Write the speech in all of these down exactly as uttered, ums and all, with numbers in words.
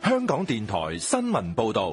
香港電台新聞報道。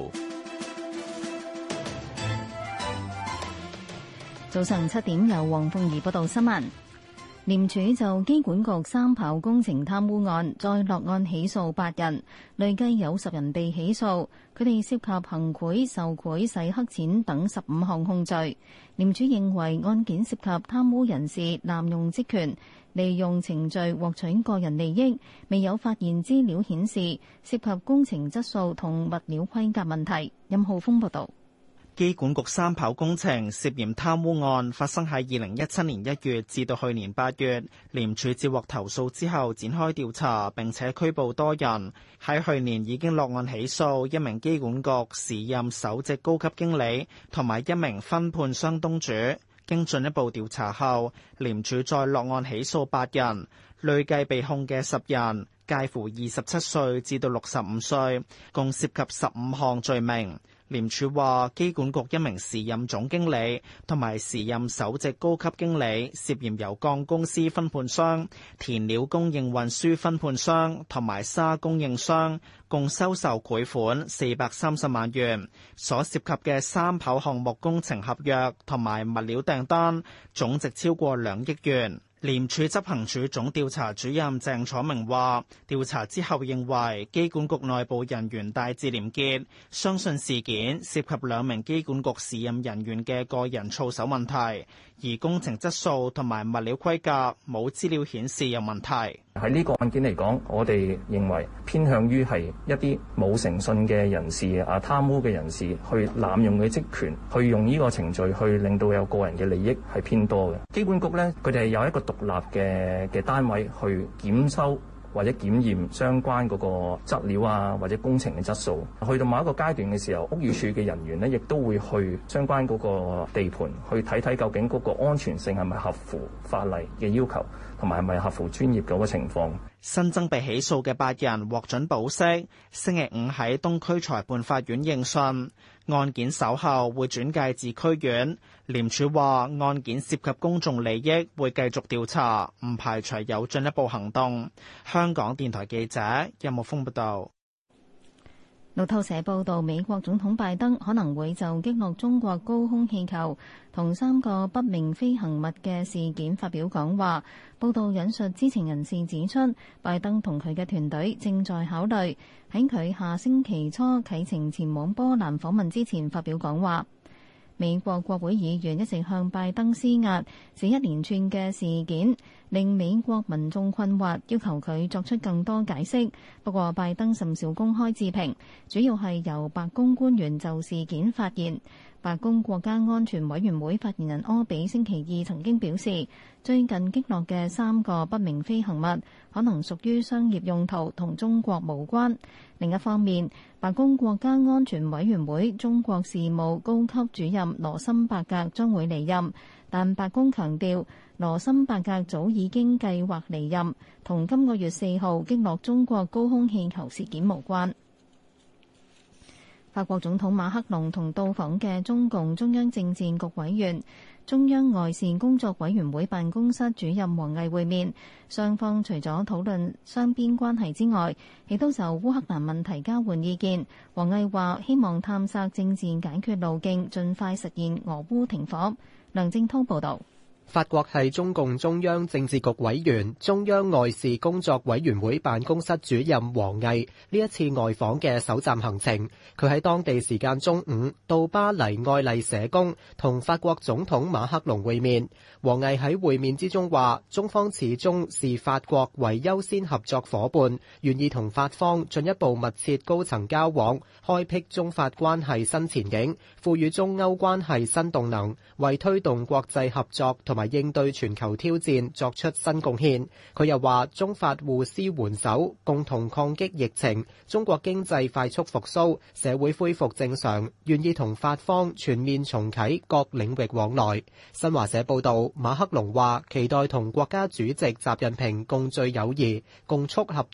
早上七點，由黃鳳儀報道新聞。廉署就機管局三跑工程貪污案再落案起訴八人，累計有十人被起訴，佢哋涉及行賄、受賄、洗黑錢等十五項控罪。廉署認為案件涉及貪污人士濫用職權，利用程序獲取個人利益，未有發現資料顯示涉及工程質素同物料規格問題。任浩峰報導。 機管局三跑工程涉嫌貪污案發生喺二零一七年一月至到去年八月，廉署接獲投訴之後展開調查，並且拘捕多人。喺去年已經落案起訴一名機管局時任首席高級經理同埋一名分判商東主。經進一步調查後，廉署再落案起訴八人，累計被控嘅十人，介乎二十七歲至到六十五歲，共涉及十五項罪名。廉署話，機管局一名時任總經理同埋時任首席高級經理涉嫌由鋼公司分判商、填料供應運輸分判商同埋沙供應商共收受賄款四百三十萬元，所涉及嘅三跑項目工程合約同埋物料訂單總值超過兩億元。廉署執行處總調查主任鄭楚明話，調查之後認為機管局內部人員大致廉潔，相信事件涉及兩名機管局時任人員嘅個人操守問題，而工程質素同埋物料規格冇資料顯示有問題。 喺呢個案件嚟講，我哋認為偏向於係一啲冇誠信嘅人士啊，貪污嘅人士去濫用嘅職權，去用呢個程序去令到有個人嘅利益係偏多嘅。機管局呢，佢哋係有一個獨立嘅嘅單位去檢收或者檢驗相關嗰個質料啊，或者工程嘅質素。去到某一個階段嘅時候，屋宇署嘅人員呢，亦都會去相關嗰個地盤去睇睇究竟嗰個安全性係咪合乎法例嘅要求，同埋係咪合乎專業嗰個情況。 新增被起訴嘅八人獲准保釋，星期五喺東區裁判法院應訊，案件稍後會轉介至區院。廉署話案件涉及公眾利益，會繼續調查，唔排除有進一步行動。香港電台記者任木峰報道。 路透社報道，美國總統拜登可能會就擊落中國高空氣球同三個不明飛行物嘅事件發表講話。報道引述知情人士指出，拜登同佢嘅團隊正在考慮喺佢下星期初啟程前往波蘭訪問之前發表講話。美國國會議員一直向拜登施壓，這一連串嘅事件令美國民眾困惑，要求佢作出更多解釋。不過拜登甚少公開置評，主要係由白宮官員就事件發言。白宮國家安全委員會發言人柯比星期二曾經表示，最近擊落嘅三個不明飛行物可能屬於商業用途，同中國無關。另一方面，白宮國家安全委員會中國事務高級主任羅森伯格將會離任，但白宮強調羅森伯格早已經計劃離任，同今個月四號擊落中國高空氣球事件無關。法國總統馬克龍同到訪嘅中共中央政治局委員、中央外事工作委員會辦公室主任王毅會面，雙方除咗討論雙邊關係之外，亦都就烏克蘭問題交換意見。王毅話希望探索政治解決路徑，盡快實現俄烏停火。梁正滔報導。 法國係中共中央政治局委員、中央外事工作委員會辦公室主任王毅呢一次外訪嘅首站行程，佢喺當地時間中午到巴黎愛麗舍宮同法國總統馬克龍會面。王毅喺會面之中話，中方始終視法國為優先合作夥伴，願意同法方進一步密切高層交往，開闢中法關係新前景，賦予中歐關係新動能，為推動國際合作同同埋應對全球挑戰作出新貢獻。佢又話，中法互施援手，共同抗擊疫情，中國經濟快速復甦，社會恢復正常，願意同法方全面重啟各領域往來。新華社報道，馬克龍話期待同國家主席習近平共聚友誼，共促合作，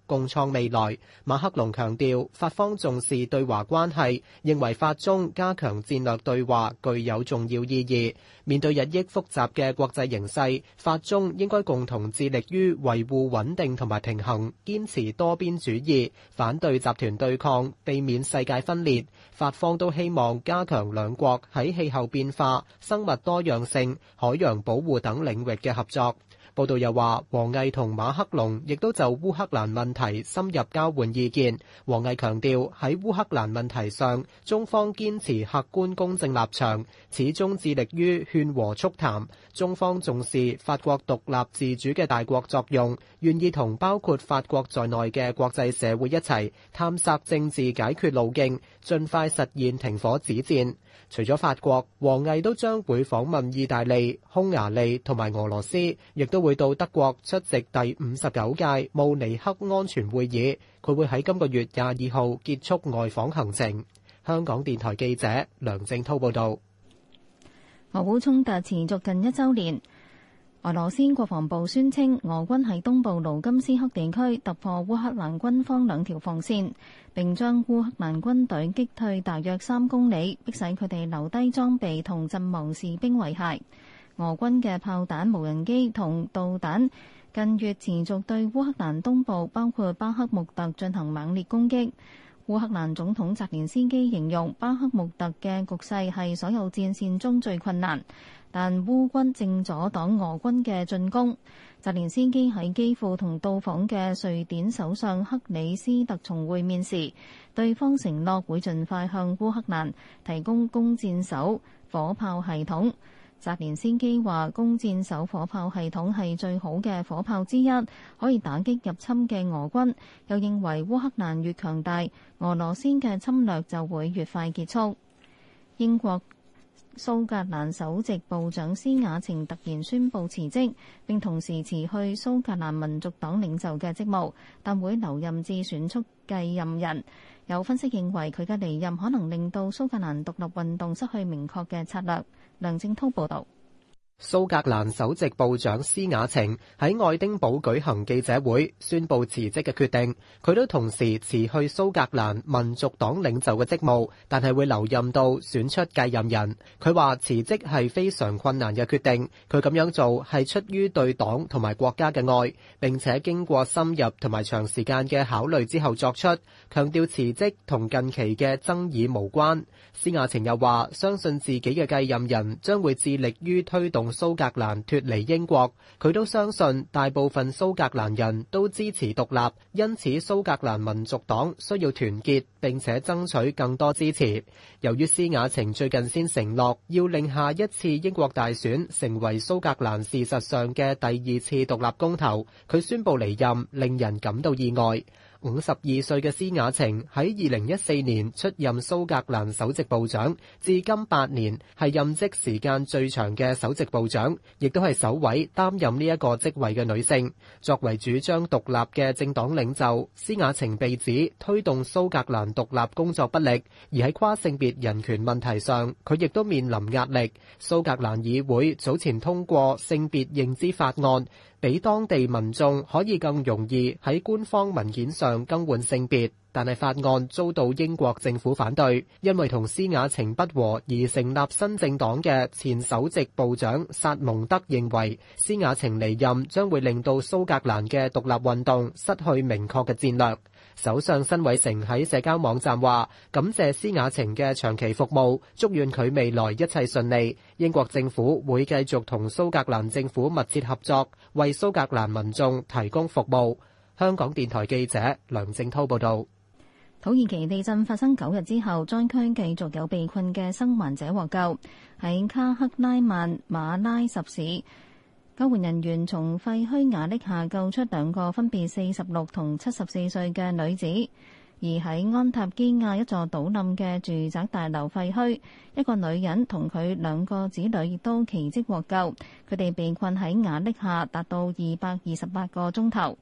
共創未來。馬克龍強調，法方重視對華關係，認為法中加強戰略對話具有重要意義。面對日益複雜嘅國際形勢，法中應該共同致力於維護穩定同埋平衡，堅持多邊主義，反對集團對抗，避免世界分裂。法方都希望加強兩國喺氣候變化、生物多樣性、海洋保護等領域嘅合作。報道又話，王毅同馬克龍亦都就烏克蘭問題深入交換意見。王毅強調，喺烏克蘭問題上，中方堅持客觀公正立場，始終致力於勸和促談。中方重視法國獨立自主嘅大國作用，願意同包括法國在內嘅國際社會一齊探索政治解決路徑，盡快實現停火止戰。除咗法國，王毅都將會訪問意大利、匈牙利同埋俄羅斯，亦都會到德國出席第五十九屆慕尼黑安全會議。佢會喺今個月廿二號結束外訪行程。香港電台記者梁正滔報導。 俄烏衝突持續近一週年。俄羅斯國防部宣稱，俄軍喺東部盧甘斯克地區突破烏克蘭軍方兩條防線，並將烏克蘭軍隊擊退大約三公里，迫使佢哋留低裝備同陣亡士兵遺骸。俄軍嘅炮彈、無人機同導彈近月持續對烏克蘭東部，包括巴克穆特進行猛烈攻擊。烏克蘭總統澤連斯基形容巴克穆特嘅局勢係所有戰線中最困難，但烏軍正阻擋俄軍嘅進攻。澤連斯基喺基輔同到訪嘅瑞典首相克里斯特松會面時，對方承諾會盡快向烏克蘭提供弓箭手火炮系統。澤連斯基話，弓箭手火炮系統係最好嘅火炮之一，可以打擊入侵嘅俄軍。又認為烏克蘭越強大，俄羅斯嘅侵略就會越快結束。英國蘇格蘭首席部長施雅晴突然宣布辭職，並同時辭去蘇格蘭民族黨領袖嘅職務，但會留任至選出繼任人。有分析認為佢嘅離任可能令到蘇格蘭獨立運動失去明確嘅策略。梁正滔報導。 蘇格蘭首席部長施雅晴喺愛丁堡舉行記者會，宣布辭職嘅決定。佢都同時辭去蘇格蘭民族黨領袖嘅職務，但係會留任到選出繼任人。佢話辭職係非常困難嘅決定，佢咁樣做係出於對黨同埋國家嘅愛，並且經過深入同埋長時間嘅考慮之後作出，強調辭職同近期嘅爭議無關。施雅晴又話，相信自己嘅繼任人將會致力於推動蘇格蘭脫離英國，佢都相信大部分蘇格蘭人都支持獨立，因此蘇格蘭民族黨需要團結並且爭取更多支持。由於施雅晴最近先承諾要令下一次英國大選成為蘇格蘭事實上嘅第二次獨立公投，佢宣布離任，令人感到意外。五十二歲嘅施雅晴喺二零一四年出任蘇格蘭首席部長，至今八年，係任職時間最長嘅首席部長，亦都係首位擔任呢一個職位嘅女性。作為主張獨立嘅政黨領袖，施雅晴被指推動蘇格蘭獨立工作不力，而喺跨性別人權問題上，佢亦都面臨壓力。蘇格蘭議會早前通過性別認知法案，俾當地民眾可以更容易喺官方文件上更換性別，但係法案遭到英國政府反對，因為同施雅晴不和而成立新政黨嘅前首席部長薩蒙德認為，施雅晴離任將會令到蘇格蘭嘅獨立運動失去明確嘅戰略。首相辛偉誠喺社交網站話，感謝施雅晴嘅長期服務，祝願佢未來一切順利。英國政府會繼續同蘇格蘭政府密切合作，為蘇格蘭民眾提供服務。香港電台記者梁正滔報導。 土耳其地震發生九日之後，災區繼續有被困嘅生還者獲救。喺卡克拉曼馬拉什市，救援人員從廢墟瓦礫下救出兩個分別四十六同七十四歲嘅女子。而喺安塔基亞一座倒冧嘅住宅大樓廢墟，一個女人同佢兩個子女亦都奇蹟獲救。佢哋被困喺瓦礫下達到二百二十八個鐘頭。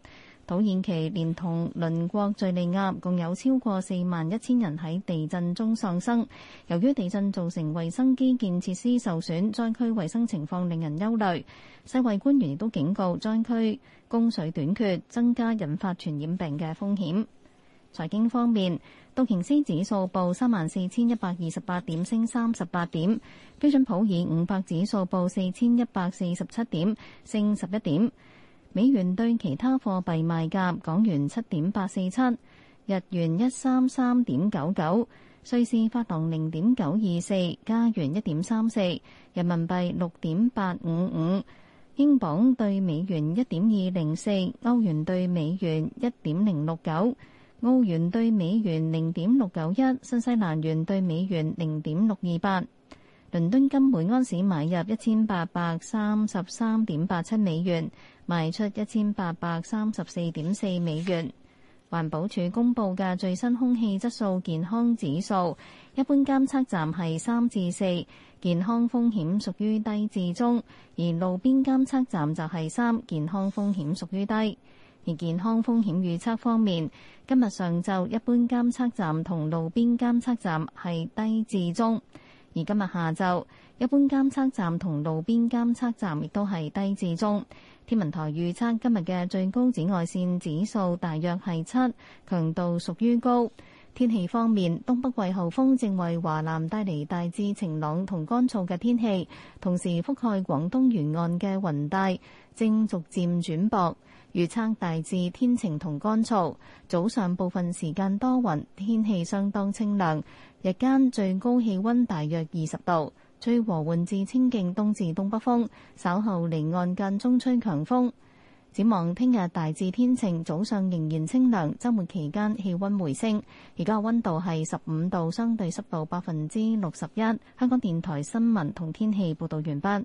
土耳其連同鄰國敘利亞共有超過四萬一千人喺地震中喪生。由於地震造成衛生基建設施受損，災區衛生情況令人憂慮。世衛官員亦都警告災區供水短缺，增加引發傳染病嘅風險。財經方面，道瓊斯指數報三萬四千一百二十八點，升三十八點；標準普爾五百指數報四千一百四十七點，升十一點。美元對其他貨幣賣價：港元七點八四七，日元一三三點九九，瑞士法郎零點九二四，加元一點三四，人民幣六點八五五，英鎊對美元一點二零四，歐元對美元一點零六九，澳元對美元零點六九一，新西蘭元對美元零點六二八。倫敦金每安士買入一千八百三十三點八七美元，賣出一千八百三十四點四美元。環保署公布嘅最新空氣質素健康指數，一般監測站係三至四，健康風險屬於低至中；而路邊監測站就係三，健康風險屬於低。而健康風險預測方面，今日上晝一般監測站同路邊監測站係低至中。而今日下晝，一般監測站同路邊監測站亦都係低至中。天文台預測今日嘅最高紫外線指數大約係七，強度屬於高。天氣方面，東北季候風正為華南帶嚟大致晴朗同乾燥嘅天氣，同時覆蓋廣東沿岸嘅雲帶正逐漸轉薄。預測大致天晴同乾燥，早上部分時間多雲，天氣相當清涼，日間最高氣溫大約二十度，吹和緩至清勁東至東北風，稍後離岸間中吹強風。展望聽日大致天晴，早上仍然清涼，週末期間氣溫回升。而家溫度係十五度，相對濕度百分之六十一。香港電台新聞同天氣報導完畢。